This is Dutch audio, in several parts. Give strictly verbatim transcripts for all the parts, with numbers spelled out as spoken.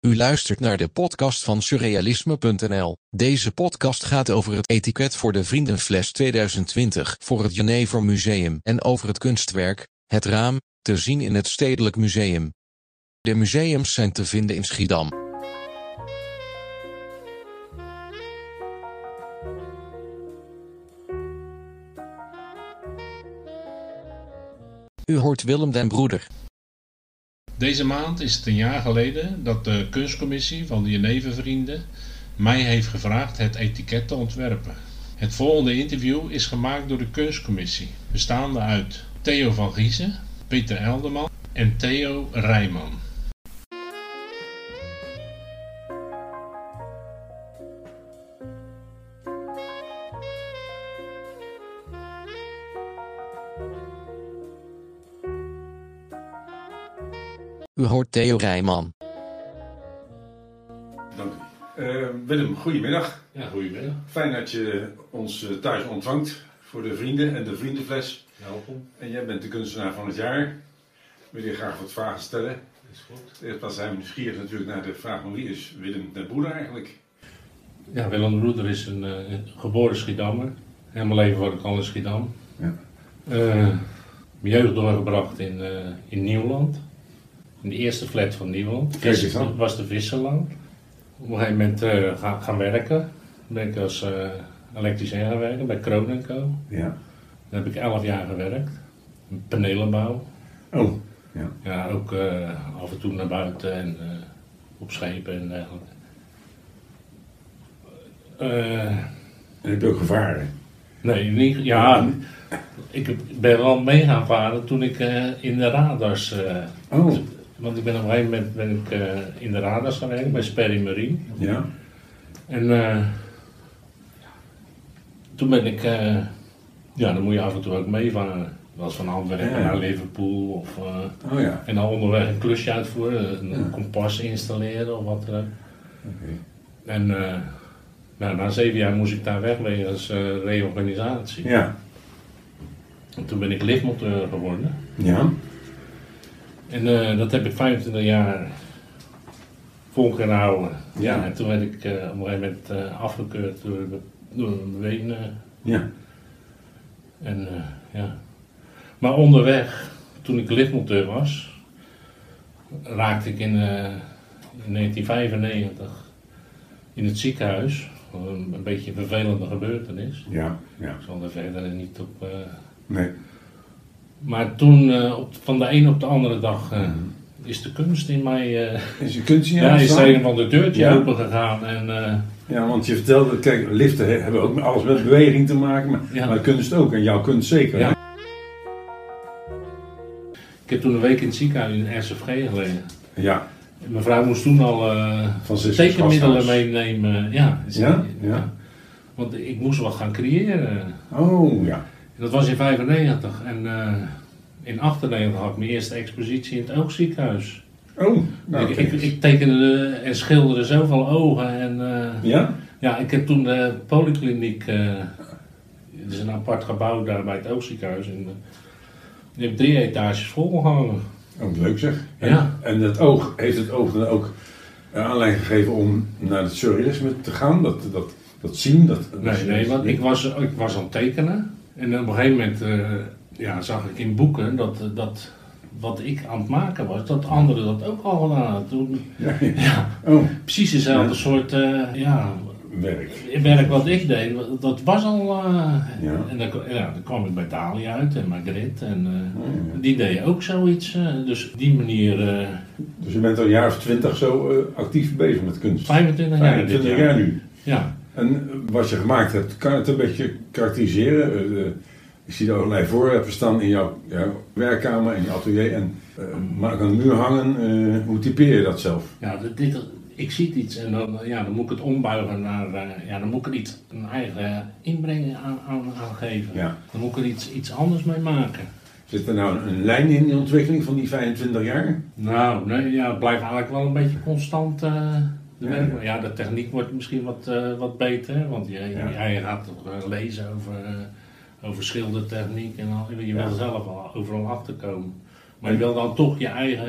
U luistert naar de podcast van surrealisme punt n l. Deze podcast gaat over het etiket voor de Vriendenfles tweeduizend twintig voor het Jenever Museum en over het kunstwerk, Het Raam, te zien in het Stedelijk Museum. De museums zijn te vinden in Schiedam. U hoort Willem den Broeder. Deze maand is het een jaar geleden dat de kunstcommissie van de Jenevervrienden mij heeft gevraagd het etiket te ontwerpen. Het volgende interview is gemaakt door de kunstcommissie, bestaande uit Theo van Giezen, Peter Elderman en Theo Rijman. U hoort Theo Rijman. Dank u. Uh, Willem, goedemiddag. Ja, goedemiddag. Fijn dat je ons uh, thuis ontvangt voor de vrienden en de vriendenfles. Welkom. En jij bent de kunstenaar van het jaar. Ik wil je graag wat vragen stellen. Dat is goed. Eerst pas zijn we nieuwsgierig natuurlijk naar de vraag van wie is Willem den Broeder eigenlijk? Ja, Willem den Broeder is een, uh, een geboren Schiedammer. Heel mijn leven word ik al in Schiedam. Ja. Uh, mijn jeugd doorgebracht in, uh, in Nieuwland. In de eerste flat van Nieuwland. Kijk eens aan. Was de Visserlaan. Op een gegeven moment uh, gaan, gaan werken. Ben ik als uh, elektricien gaan werken bij Kroon en Co. Ja. Daar heb ik elf jaar gewerkt. Panelenbouw. Oh. Ja. Ja, ook uh, af en toe naar buiten en uh, op schepen en dergelijke. Uh, En heb je ook gevaren? nee, niet, ja, ik ben wel mee gaan varen toen ik uh, in de radars... Uh, Oh. Want ik ben op een gegeven moment ben ik, uh, in de radars gaan werken bij Sperry Marine. Ja. En uh, toen ben ik, uh, ja dan moet je af en toe ook meevaren. Was van Antwerpen Ja, ja. naar Liverpool of, uh, Oh ja. en dan onderweg een klusje uitvoeren, een Ja. kompas installeren of wat dan ook. Okay. En uh, nou, na zeven jaar moest ik daar weg wegens uh, reorganisatie. Ja. En toen ben ik liftmonteur geworden. Ja. En uh, dat heb ik vijfentwintig jaar volgehouden. Ja. Ja. En toen werd ik uh, op een gegeven moment uh, afgekeurd door, de, door een been. Uh, Ja. en, uh, ja. Maar onderweg, toen ik liftmonteur was, raakte ik in, uh, in negentien vijfennegentig in het ziekenhuis. Een, een beetje een vervelende gebeurtenis. Ja. Ja. Ik zal er verder niet op... Uh, Nee. maar toen, uh, op, van de een op de andere dag, uh, Mm-hmm. is de kunst in mij... Uh, Is je kunst in ja, jou is er ontstaan? een van de deurtje Ja. open gegaan en... Uh, Ja, want je vertelde, kijk, liften he- hebben ook alles met beweging te maken, maar, Ja. maar kunst ook. En jouw kunst zeker. Ja. hè? ik heb toen een week in het ziekenhuis in R C F G gelegen. Ja. Mijn vrouw moest toen al uh, Van Zusters tekenmiddelen Gasthuis. meenemen. Ja, Ja? Ja. Want ik moest wat gaan creëren. Oh, ja. En dat was in vijfennegentig en uh, in achtennegentig had ik mijn eerste expositie in het oogziekenhuis. Oh, nou, ik, kijk ik, eens. ik tekende en schilderde zoveel ogen en uh, Ja? ja, ik heb toen de polykliniek, uh, het is een apart gebouw daar bij het oogziekenhuis, en uh, die heb drie etages volgehangen. Oh, leuk zeg. En, Ja. en het oog, heeft het oog dan ook een aanleiding gegeven om naar het surrealisme te gaan? Dat, dat, dat zien? Dat, dat Nee, nee, want ik was, ik was aan het tekenen en op een gegeven moment uh, ja, zag ik in boeken dat, dat wat ik aan het maken was, dat anderen dat ook al gedaan hadden. Toen, Ja, ja. ja, Oh, precies dezelfde Ja. soort uh, ja, werk. werk wat ik deed, dat was al... Uh, Ja. En dan, ja, dan kwam ik bij Dali uit en Magritte en uh, Oh, ja. die deden ook zoiets. Uh, dus op die manier, uh, Dus je bent al een jaar of twintig zo uh, actief bezig met kunst? vijfentwintig jaar dit vijfentwintig jaar. jaar nu. Ja. En uh, wat je gemaakt hebt, kan je het een beetje karakteriseren? Uh, uh, ik zie er allerlei voorwerpen staan in jouw, jouw werkkamer, in je atelier. En uh, maar aan de muur hangen, uh, hoe typeer je dat zelf? Ja, dit, dit, ik zie iets en dan, ja, dan moet ik het ombuigen naar, uh, ja, dan moet ik er iets, een eigen inbreng aan, aan, aan geven. Ja. Dan moet ik er iets, iets anders mee maken. Zit er nou een, een lijn in de ontwikkeling van die vijfentwintig jaar? Nou, nee, ja, het blijft eigenlijk wel een beetje constant. Uh, de, Ja, werk. ja. Ja, de techniek wordt misschien wat, uh, wat beter, want je, Ja. je, je gaat toch uh, lezen over, uh, over schildertechniek en al. Je wil Ja. zelf al overal achterkomen. Maar je wil dan toch je eigen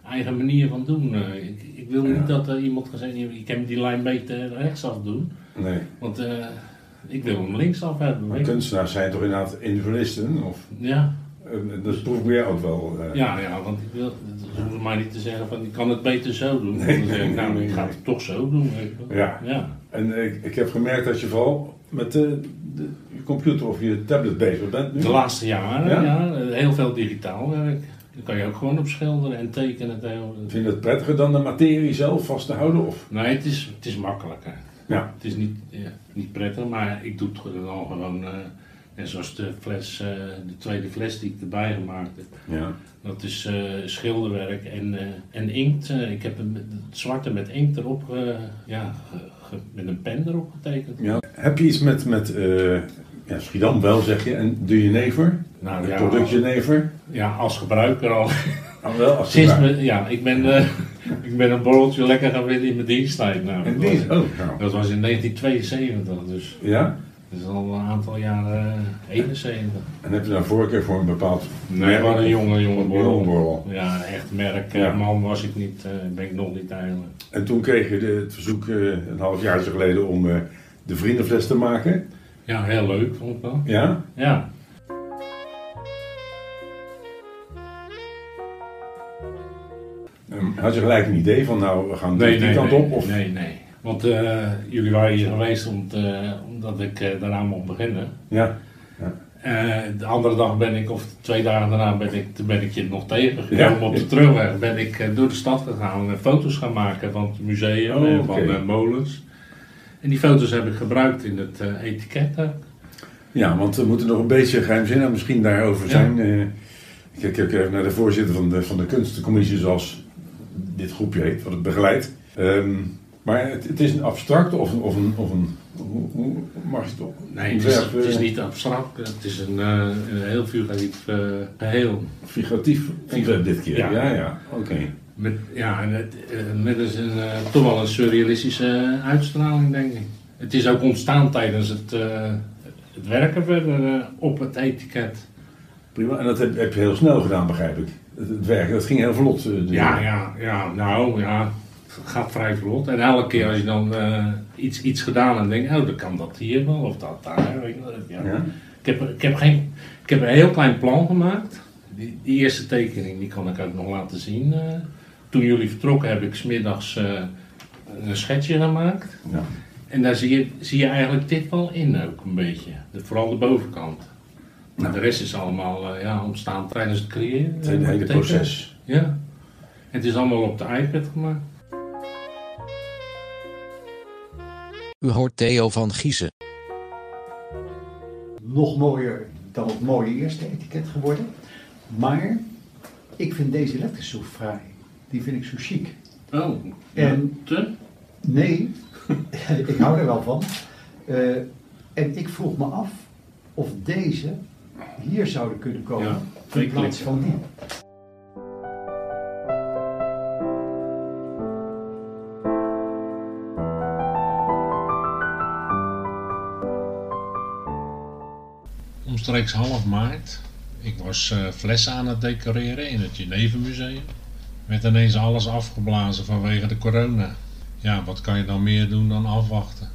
eigen manier van doen. Uh, ik, ik wil niet Ja. dat uh, iemand gaat zeggen, je kan die lijn beter rechtsaf doen. Nee. Want uh, ik wil hem linksaf hebben. Maar kunstenaars zijn toch inderdaad individualisten? Of? Ja. Uh, dat proef jij ook wel. Uh... Ja, ja, want ik wil, ze hoeven maar niet te zeggen van, ik kan het beter zo doen. Nee, Dan zeg ik, nou, nee, ik ga nee. het toch zo doen. Weet je wel. Ja. Ja. En ik, ik heb gemerkt dat je vooral met de, de, je computer of je tablet bezig bent nu. De laatste jaren, Ja? ja, heel veel digitaal werk. Daar kan je ook gewoon op schilderen en tekenen. Vind je het prettiger dan de materie zelf vast te houden? Of? Nee, het is, het is makkelijker. Ja. Het is niet, ja, niet prettig, maar ik doe het dan gewoon, uh, net zoals de fles, uh, de tweede fles die ik erbij gemaakt heb. Ja. Dat is uh, schilderwerk en, uh, en inkt. Uh, ik heb het zwarte met inkt erop, uh, ja, ge, ge, met een pen erop getekend. Ja. Heb je iets met, met uh, ja, Schiedam wel zeg je, en de jenever? Nou, het ja, product jenever? Ja, als gebruiker al. Ah, wel, als Sinds gebruiker. me, ja, ik ben, uh, ik ben een borreltje lekker gaan winnen in mijn diensttijd. Nou, En dat, die, was, oh, nou. dat was in negentien tweeënzeventig, dus Ja? dat is al een aantal jaren uh, eenenzeventig. En heb je dan voorkeur voor een bepaald Nee, maar een jonge, jonge borrel. jonge borrel. Ja, een echt merk. Ja. Ja. Man was ik niet, uh, ben ik nog niet eigenlijk. En toen kreeg je de, het verzoek uh, een half jaar geleden om uh, de vriendenfles te maken. Ja, heel leuk vond ik wel. Ja? Ja. Um, had je gelijk een idee van nou, we gaan Nee, die nee, kant nee, op? Of? nee, nee. Want uh, jullie waren hier geweest om te, omdat ik uh, daarna mocht beginnen. Ja. Uh, de andere dag ben ik, of twee dagen daarna ben ik, ben ik je nog tegengekomen. Ja. Op de terugweg ben ik uh, door de stad gegaan en foto's gaan maken van het museum Oh, en okay. van uh, molens. En die foto's heb ik gebruikt in het uh, etiket ook. Ja, want we moeten nog een beetje geheimzinnig misschien daarover zijn. Ja. Uh, ik kijk even naar de voorzitter van de, van de kunstencommissie, zoals dit groepje heet, wat het begeleidt. Um, maar het, het is een abstracte of een, of een, of een hoe, hoe mag je het op? Nee, het is, het is niet abstract, het is een, uh, een heel figuratief uh, geheel. Figuratief ontwerp dit keer, ja, ja, ja. oké. Okay. Met, ja, en het, met dus een, uh, toch wel een surrealistische uitstraling, denk ik. Het is ook ontstaan tijdens het, uh, het werken verder uh, op het etiket. Prima, en dat heb, heb je heel snel gedaan, begrijp ik. Het, het werken, dat ging heel vlot. Uh, ja, ja, ja, nou ja, het gaat vrij vlot. En elke keer als je dan uh, iets, iets gedaan en denkt, oh, dan kan dat hier wel of dat daar. Weet je wel. Ja. Ja. Ik, heb, ik, heb geen, ik heb een heel klein plan gemaakt. Die, die eerste tekening die kan ik ook nog laten zien. Uh, toen jullie vertrokken heb ik 's middags uh, een schetsje gemaakt. Ja. En daar zie je, zie je eigenlijk dit wel in ook een beetje. De, vooral de bovenkant. Nou. De rest is allemaal uh, ja, ontstaan tijdens het creëren. Het hele, hele proces. Ja. Het is allemaal op de iPad gemaakt. U hoort Theo van Giezen. Nog mooier dan het mooie eerste etiket geworden. Maar ik vind deze letters zo fraai. Die vind ik zo chic. Oh, en te? Nee, ik hou er wel van. Uh, en ik vroeg me af of deze hier zouden kunnen komen ja, in plaats van die. Omstreeks half maart, ik was uh, flessen aan het decoreren in het Genevermuseum. Werd ineens alles afgeblazen vanwege de corona. Ja, wat kan je dan meer doen dan afwachten?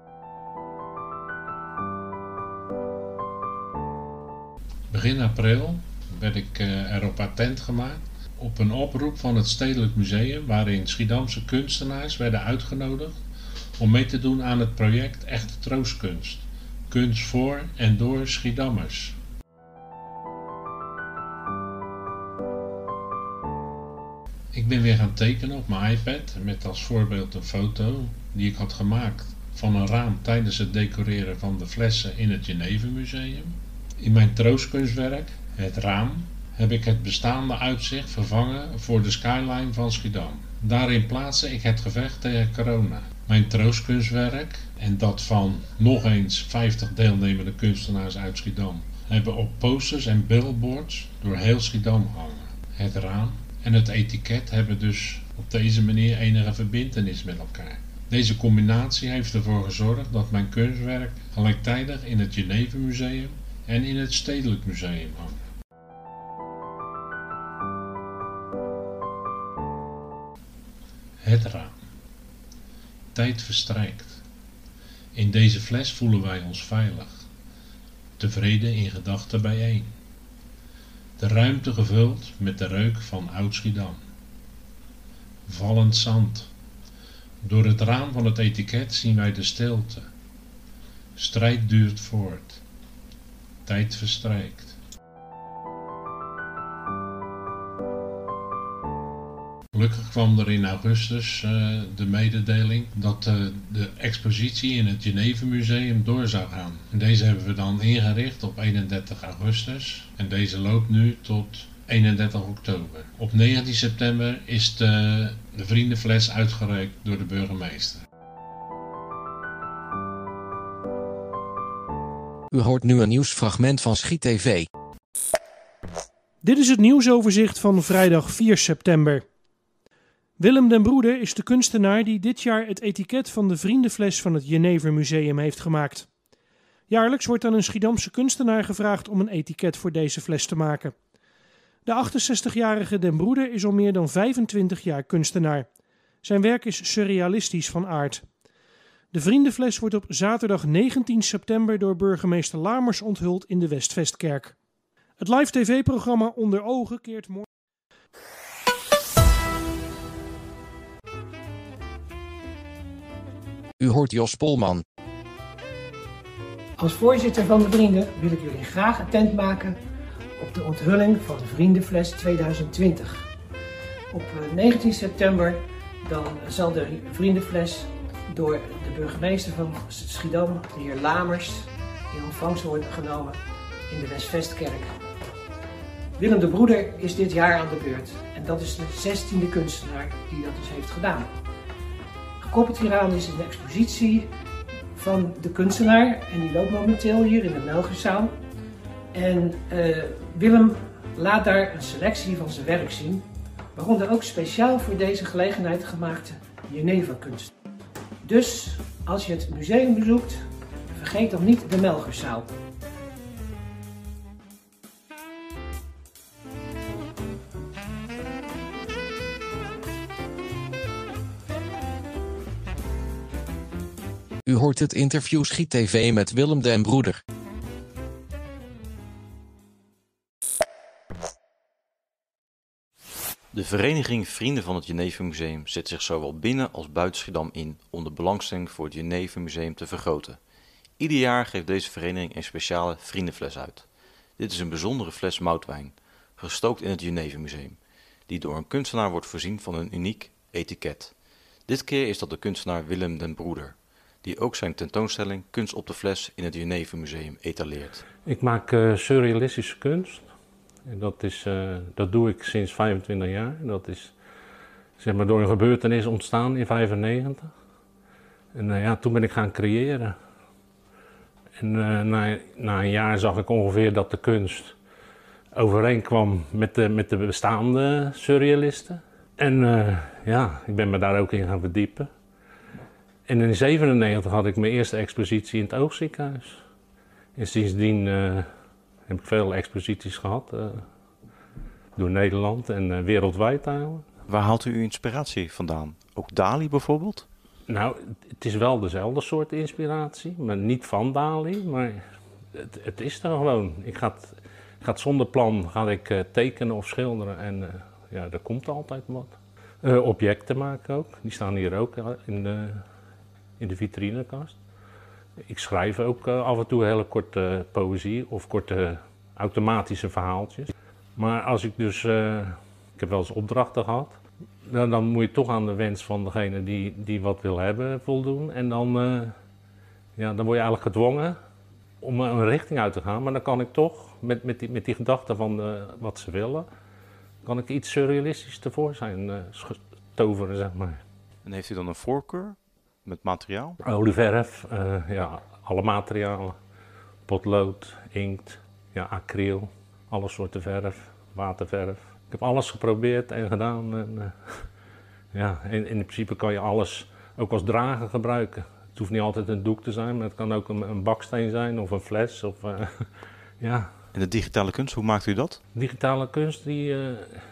Begin april werd ik uh, erop attent gemaakt op een oproep van het Stedelijk Museum waarin Schiedamse kunstenaars werden uitgenodigd om mee te doen aan het project Echte Troostkunst. Kunst voor en door Schiedammers. Ik ben weer gaan tekenen op mijn iPad met als voorbeeld een foto die ik had gemaakt van een raam tijdens het decoreren van de flessen in het Genevermuseum. In mijn troostkunstwerk, het raam, heb ik het bestaande uitzicht vervangen voor de skyline van Schiedam. Daarin plaatste ik het gevecht tegen corona. Mijn troostkunstwerk en dat van nog eens vijftig deelnemende kunstenaars uit Schiedam hebben op posters en billboards door heel Schiedam hangen. Het raam en het etiket hebben dus op deze manier enige verbintenis met elkaar. Deze combinatie heeft ervoor gezorgd dat mijn kunstwerk gelijktijdig in het Genevermuseum en in het Stedelijk Museum hangt. Het raam. Tijd verstrijkt. In deze fles voelen wij ons veilig, tevreden in gedachten bijeen. De ruimte gevuld met de reuk van oud Schiedam. Vallend zand. Door het raam van het etiket zien wij de stilte. Strijd duurt voort. Tijd verstrijkt. Gelukkig kwam er in augustus uh, de mededeling dat uh, de expositie in het Geneve Museum door zou gaan. En deze hebben we dan ingericht op eenendertig augustus en deze loopt nu tot eenendertig oktober. Op negentien september is de, de vriendenfles uitgereikt door de burgemeester. U hoort nu een nieuwsfragment van Schiet T V. Dit is het nieuwsoverzicht van vrijdag vier september. Willem den Broeder is de kunstenaar die dit jaar het etiket van de vriendenfles van het Jenever Museum heeft gemaakt. Jaarlijks wordt aan een Schiedamse kunstenaar gevraagd om een etiket voor deze fles te maken. De achtenzestigjarige den Broeder is al meer dan vijfentwintig jaar kunstenaar. Zijn werk is surrealistisch van aard. De vriendenfles wordt op zaterdag negentien september door burgemeester Lamers onthuld in de Westvestkerk. Het live tv-programma Onder Ogen keert morgen. U hoort Jos Polman. Als voorzitter van de Vrienden wil ik jullie graag attent maken op de onthulling van de Vriendenfles tweeduizend twintig. Op negentien september dan zal de Vriendenfles door de burgemeester van Schiedam, de heer Lamers, in ontvangst worden genomen in de Westvestkerk. Willem de Broeder is dit jaar aan de beurt en dat is de zestiende kunstenaar die dat dus heeft gedaan. Gekoppeld hieraan is een expositie van de kunstenaar en die loopt momenteel hier in de Melgerzaal. En uh, Willem laat daar een selectie van zijn werk zien, waaronder ook speciaal voor deze gelegenheid gemaakte Jeneverkunst. Dus als je het museum bezoekt, vergeet dan niet de Melgerzaal. U hoort het interview Schiet T V met Willem den Broeder. De vereniging Vrienden van het Jenever Museum zet zich zowel binnen als buiten Schiedam in om de belangstelling voor het Jenever Museum te vergroten. Ieder jaar geeft deze vereniging een speciale vriendenfles uit. Dit is een bijzondere fles moutwijn, gestookt in het Jenever Museum, die door een kunstenaar wordt voorzien van een uniek etiket. Dit keer is dat de kunstenaar Willem den Broeder, die ook zijn tentoonstelling Kunst op de Fles in het Jenever Museum etaleert. Ik maak uh, surrealistische kunst. En dat, is, uh, dat doe ik sinds vijfentwintig jaar. Dat is zeg maar, door een gebeurtenis ontstaan in vijfennegentig. En uh, ja, toen ben ik gaan creëren. En uh, na, na een jaar zag ik ongeveer dat de kunst overeenkwam met de, met de bestaande surrealisten. En uh, ja, ik ben me daar ook in gaan verdiepen. En in negentien zevenennegentig had ik mijn eerste expositie in het Oogziekenhuis. En sindsdien uh, heb ik veel exposities gehad. Uh, door Nederland en uh, wereldwijd eigenlijk. Waar haalt u uw inspiratie vandaan? Ook Dali bijvoorbeeld? Nou, het is wel dezelfde soort inspiratie. Maar niet van Dali, maar het, het is er gewoon. Ik ga, het, ik ga het zonder plan ga ik, uh, tekenen of schilderen en uh, ja, er komt altijd wat. Uh, objecten maken ook. Die staan hier ook in de... in de vitrinekast. Ik schrijf ook uh, af en toe hele korte uh, poëzie of korte automatische verhaaltjes. Maar als ik dus, uh, ik heb wel eens opdrachten gehad, dan, dan moet je toch aan de wens van degene die, die wat wil hebben voldoen. En dan, uh, ja, dan word je eigenlijk gedwongen om een richting uit te gaan. Maar dan kan ik toch, met, met, die, met die gedachte van uh, wat ze willen, kan ik iets surrealistisch tevoorschijn uh, toveren, zeg maar. En heeft u dan een voorkeur? Met materiaal? Olieverf, uh, ja, alle materialen. Potlood, inkt, ja, acryl, alle soorten verf, waterverf. Ik heb alles geprobeerd en gedaan. En, uh, ja, in, in principe kan je alles ook als drager gebruiken. Het hoeft niet altijd een doek te zijn, maar het kan ook een, een baksteen zijn of een fles. Of, uh, ja. En de digitale kunst, hoe maakt u dat? Digitale kunst, die, uh,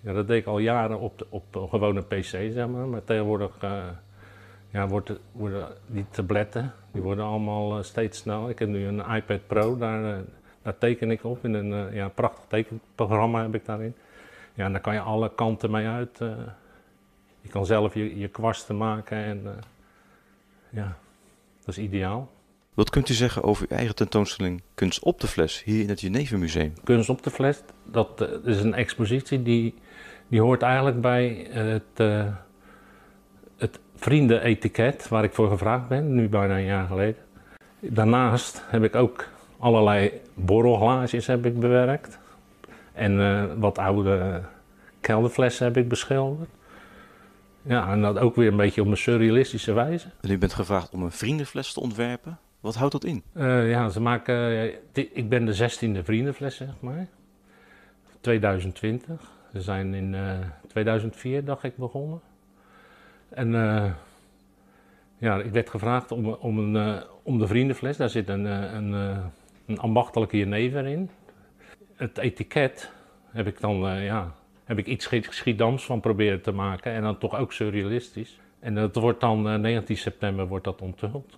Ja, dat deed ik al jaren op, de, op een gewone pc, zeg maar. Maar tegenwoordig uh, ja, worden, worden die tabletten, die worden allemaal uh, steeds sneller. Ik heb nu een iPad Pro, daar, uh, daar teken ik op. In een uh, ja, prachtig tekenprogramma heb ik daarin. Ja, en daar kan je alle kanten mee uit. Uh, je kan zelf je, je kwasten maken en uh, ja, dat is ideaal. Wat kunt u zeggen over uw eigen tentoonstelling Kunst op de Fles hier in het Jenever Museum? Kunst op de Fles, dat uh, is een expositie die, die hoort eigenlijk bij het, uh, het vriendenetiket waar ik voor gevraagd ben, nu bijna een jaar geleden. Daarnaast heb ik ook allerlei borrelglaasjes heb ik bewerkt en uh, wat oude kelderflessen heb ik beschilderd. Ja, en dat ook weer een beetje op een surrealistische wijze. En u bent gevraagd om een vriendenfles te ontwerpen. Wat houdt dat in? Uh, ja, ze maken, uh, ik ben de zestiende vriendenfles, zeg maar. tweeduizend twintig. We zijn in uh, tweeduizend vier, dacht ik, begonnen. En uh, ja, ik werd gevraagd om, om, een, uh, om de vriendenfles. Daar zit een, uh, een, uh, een ambachtelijke jenever in. Het etiket heb ik dan, uh, ja, heb ik iets Schiedams van proberen te maken. En dan toch ook surrealistisch. En dat wordt dan uh, negentien september wordt dat onthuld.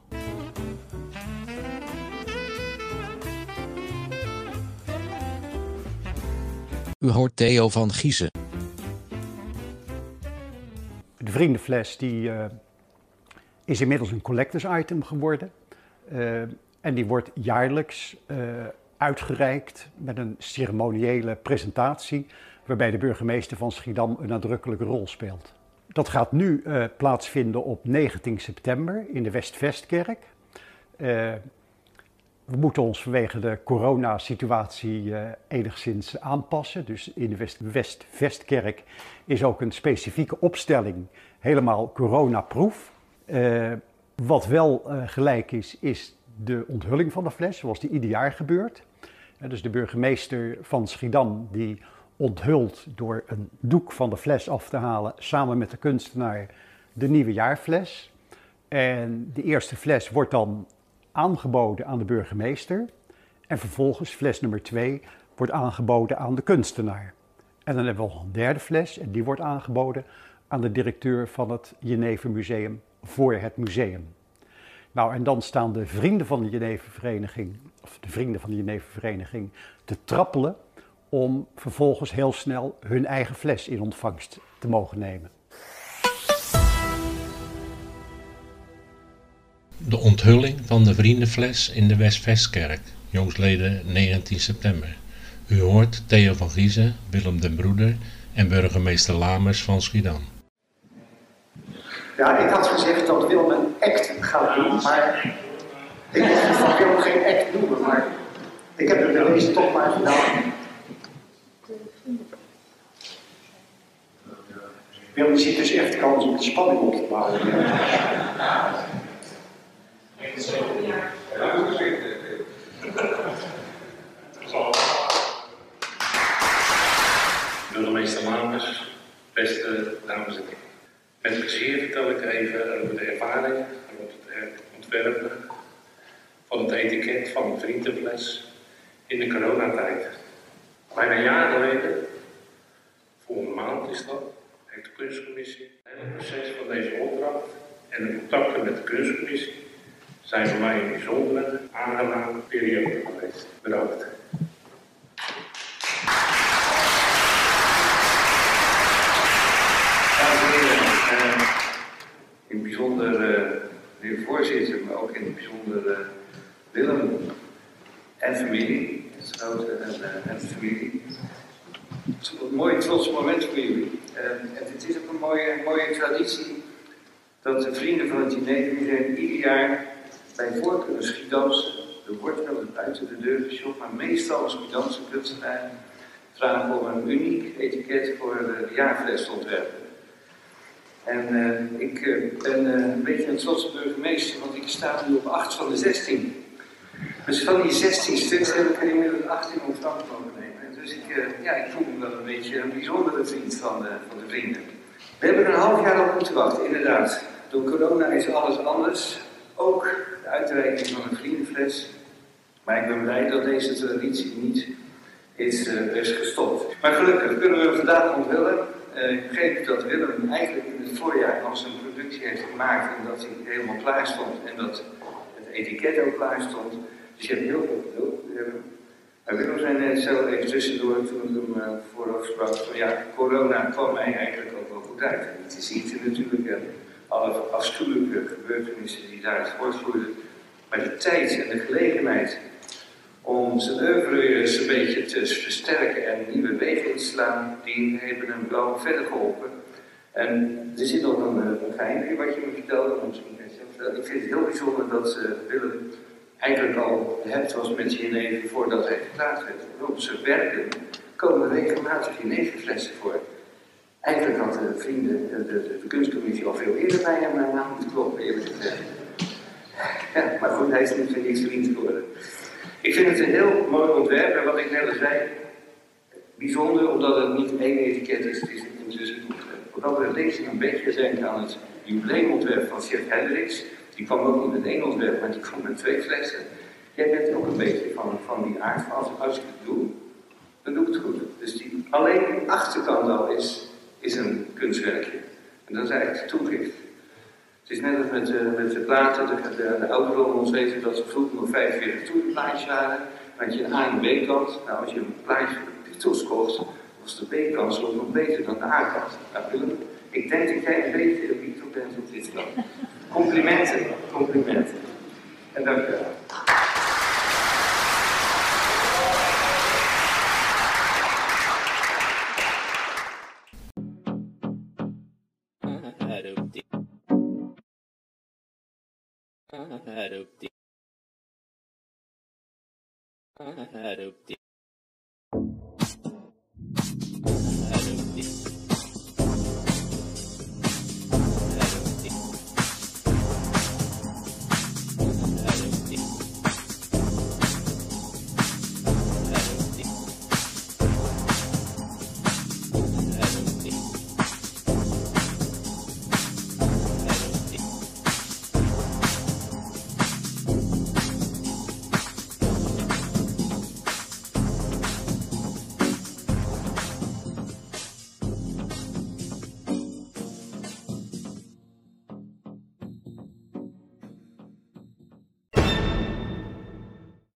U hoort Theo van Giezen. De vriendenfles die, uh, is inmiddels een collectors item geworden. Uh, en die wordt jaarlijks uh, uitgereikt met een ceremoniële presentatie waarbij de burgemeester van Schiedam een nadrukkelijke rol speelt. Dat gaat nu uh, plaatsvinden op negentien september in de West-Vestkerk. Uh, We moeten ons vanwege de coronasituatie uh, enigszins aanpassen. Dus in de West-Vestkerk is ook een specifieke opstelling helemaal coronaproof. Uh, wat wel uh, gelijk is, is de onthulling van de fles, zoals die ieder jaar gebeurt. Uh, dus de burgemeester van Schiedam die onthult door een doek van de fles af te halen samen met de kunstenaar de nieuwe jaarfles. En de eerste fles wordt dan aangeboden aan de burgemeester en vervolgens fles nummer twee wordt aangeboden aan de kunstenaar. En dan hebben we nog een derde fles en die wordt aangeboden aan de directeur van het Jenever Museum voor het museum. Nou, en dan staan de vrienden van de Jeneververeniging, of de vrienden van de Jeneververeniging te trappelen om vervolgens heel snel hun eigen fles in ontvangst te mogen nemen. De onthulling van de vriendenfles in de West-Vestkerk, jongsleden negentien september. U hoort Theo van Giezen, Willem den Broeder en burgemeester Lamers van Schiedam. Ja, ik had gezegd dat Willem een act gaat doen, maar ik mocht van Willem geen act noemen, maar ik heb het bij deze toch maar gedaan. Willem ziet dus echt kans om de spanning op te bouwen. Burgemeester Lamers, beste dames en heren. Met plezier vertel ik even over de ervaring rond het ontwerpen van het etiket van een vriendenfles in de coronatijd. Bijna een jaar geleden, volgende maand is dat, heeft de kunstcommissie het hele proces van deze opdracht en de contacten met de kunstcommissie zijn voor mij een bijzondere, aangename periode geweest. Bedankt. Dames en heren, uh, in het bijzonder uh, de heer voorzitter, maar ook in het bijzonder uh, Willem en familie, het grote en, uh, en familie. Het is een mooi trots moment voor jullie. Uh, en het is ook een mooie, mooie traditie dat de vrienden van het Jenever Museum ieder jaar bij voorkeur een Schiedamse, er wordt wel eens buiten de deur geshopt, maar meestal een Schiedamse kunstenaar vragen om een uniek etiket voor de jaarfles te ontwerpen. En uh, ik uh, ben uh, een beetje een trotse burgemeester, want ik sta nu op acht van de zestien. Dus van die zestien stuks heb ik er inmiddels acht in ontvangst mogen nemen. Dus ik, uh, ja, ik voel me wel een beetje een bijzondere vriend van, uh, van de vrienden. We hebben er een half jaar op moeten wachten, inderdaad. Door corona is alles anders. Ook de uitreiking van een vriendenfles. Maar ik ben blij dat deze traditie niet is, uh, is gestopt. Maar gelukkig kunnen we hem vandaag onthullen. Uh, ik begreep dat Willem eigenlijk in het voorjaar al zijn productie heeft gemaakt en dat hij helemaal klaar stond en dat het etiket ook klaar stond. Dus je hebt heel veel geduld. Maar Willem zei net zo even tussendoor toen ik hem uh, vooraf sprak van ja, corona kwam mij eigenlijk ook wel goed uit. En het is ziekte natuurlijk en alle afschuwelijke gebeurtenissen die daaruit voortvloeiden. Maar de tijd en de gelegenheid om zijn oeuvre weer eens een beetje te versterken en nieuwe wegen in te slaan, die hebben hem wel verder geholpen. En er zit nog een, een geheim wat je me vertelde, misschien ik vind het heel bijzonder dat uh, Willem eigenlijk al gehecht was met Genever voordat hij geklaagd werd. Op zijn werken komen regelmatig Geneverflessen voor. Eigenlijk had de vrienden, de, de, de kunstcommissie al veel eerder bij hem aan moeten kloppen, eerlijk gezegd. Ja, maar goed, hij is niet voor niets vriend geworden. Ik vind het een heel mooi ontwerp en wat ik net al zei, bijzonder omdat het niet één etiket is, het is een inclusief ontwerp. Wat dat betreft lees ik een beetje denken aan het jubileumontwerp van chef Hendricks. Die kwam ook niet met één ontwerp, maar die kwam met twee flessen. Jij bent ook een beetje van, van die aard van als, als ik het doe, dan doe ik het goed. Dus die, alleen de achterkant al is, is een kunstwerkje. En dat is eigenlijk de toegift. Het is net als met, uh, met de platen, de, de, de ouderen om ons weten dat ze vroeger nog vijfenveertig toerenplaatjes waren. Dan had je een A- en B-kant. Nou, als je een plaatje van de Beatles kocht, was de B-kant soms nog beter dan de A-kant. Nou, Willem, ik denk dat jij een beetje een Beatle bent op dit kant. Complimenten, complimenten. En dank je wel. I don't